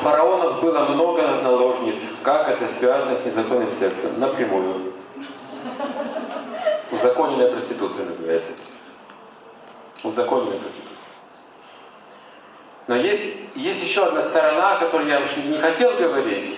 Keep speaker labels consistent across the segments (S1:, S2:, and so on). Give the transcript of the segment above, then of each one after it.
S1: фараонов было много наложниц. Как это связано с незаконным сексом? Напрямую. Узаконенная проституция называется. Узаконенная проституция. Но есть еще одна сторона, о которой я уж не хотел говорить.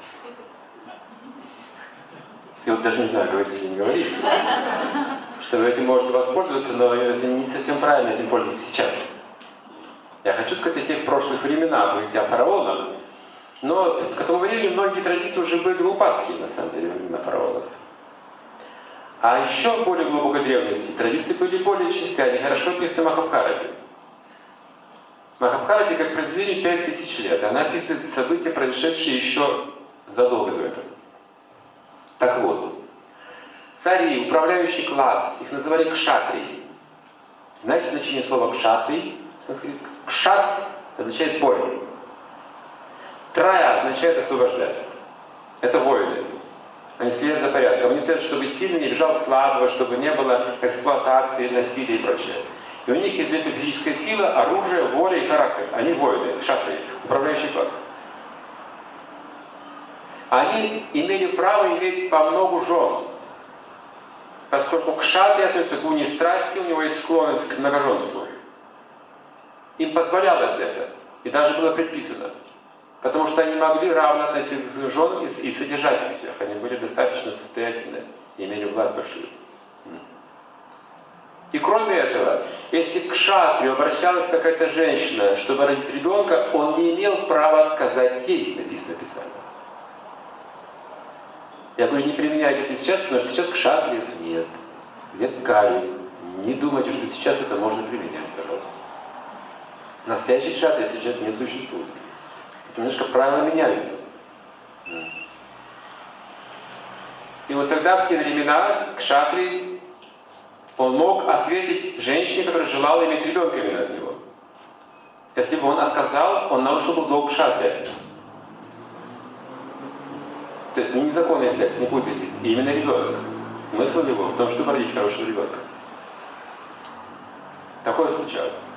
S1: И вот даже не знаю, говорить или не говорить. Что вы этим можете воспользоваться, но это не совсем правильно этим пользоваться сейчас. Я хочу сказать о тех прошлых временах, говорить о фараонах. Но к этому времени многие традиции уже были в упадке, на самом деле, на фараонов. А еще в более глубокой древности традиции были более чистые, они хорошо описаны в Махабхарате. Махабхарате как произведение 5000 лет. Она описывает события, происшедшие еще задолго до этого. Так вот, цари, управляющий класс, их называли кшатрии. Знаете значение слова кшатрий? Кшат означает бой. Трая означает освобождать. Это воины. Они следят за порядком. Они следят, чтобы сильный не бежал слабого, чтобы не было эксплуатации, насилия и прочее. И у них есть для этого физическая сила, оружие, воля и характер. Они воины, кшатрии, управляющий класс. Они имели право иметь по многу жен. Поскольку кшатри относятся к уне страсти, у него есть склонность к многоженству. Им позволялось это. И даже было предписано. Потому что они могли равно относиться к своим женам и содержать их всех. Они были достаточно состоятельны и имели власть большую. И кроме этого, если к кшатрию обращалась какая-то женщина, чтобы родить ребенка, он не имел права отказать ей, написано в Писании. Я говорю, не применяйте это сейчас, потому что сейчас кшатриев нет. Век Кали. Не думайте, что сейчас это можно применять, пожалуйста. Настоящих кшатриев сейчас не существует. Это немножко правила меняются. И вот тогда, в те времена, кшатрий, он мог ответить женщине, которая желала иметь ребенка именно от него. Если бы он отказал, он нарушил бы долг кшатрия. То есть не незаконный секс, не путайте, и именно ребенок. Смысл его в том, чтобы родить хорошего ребенка. Такое случалось.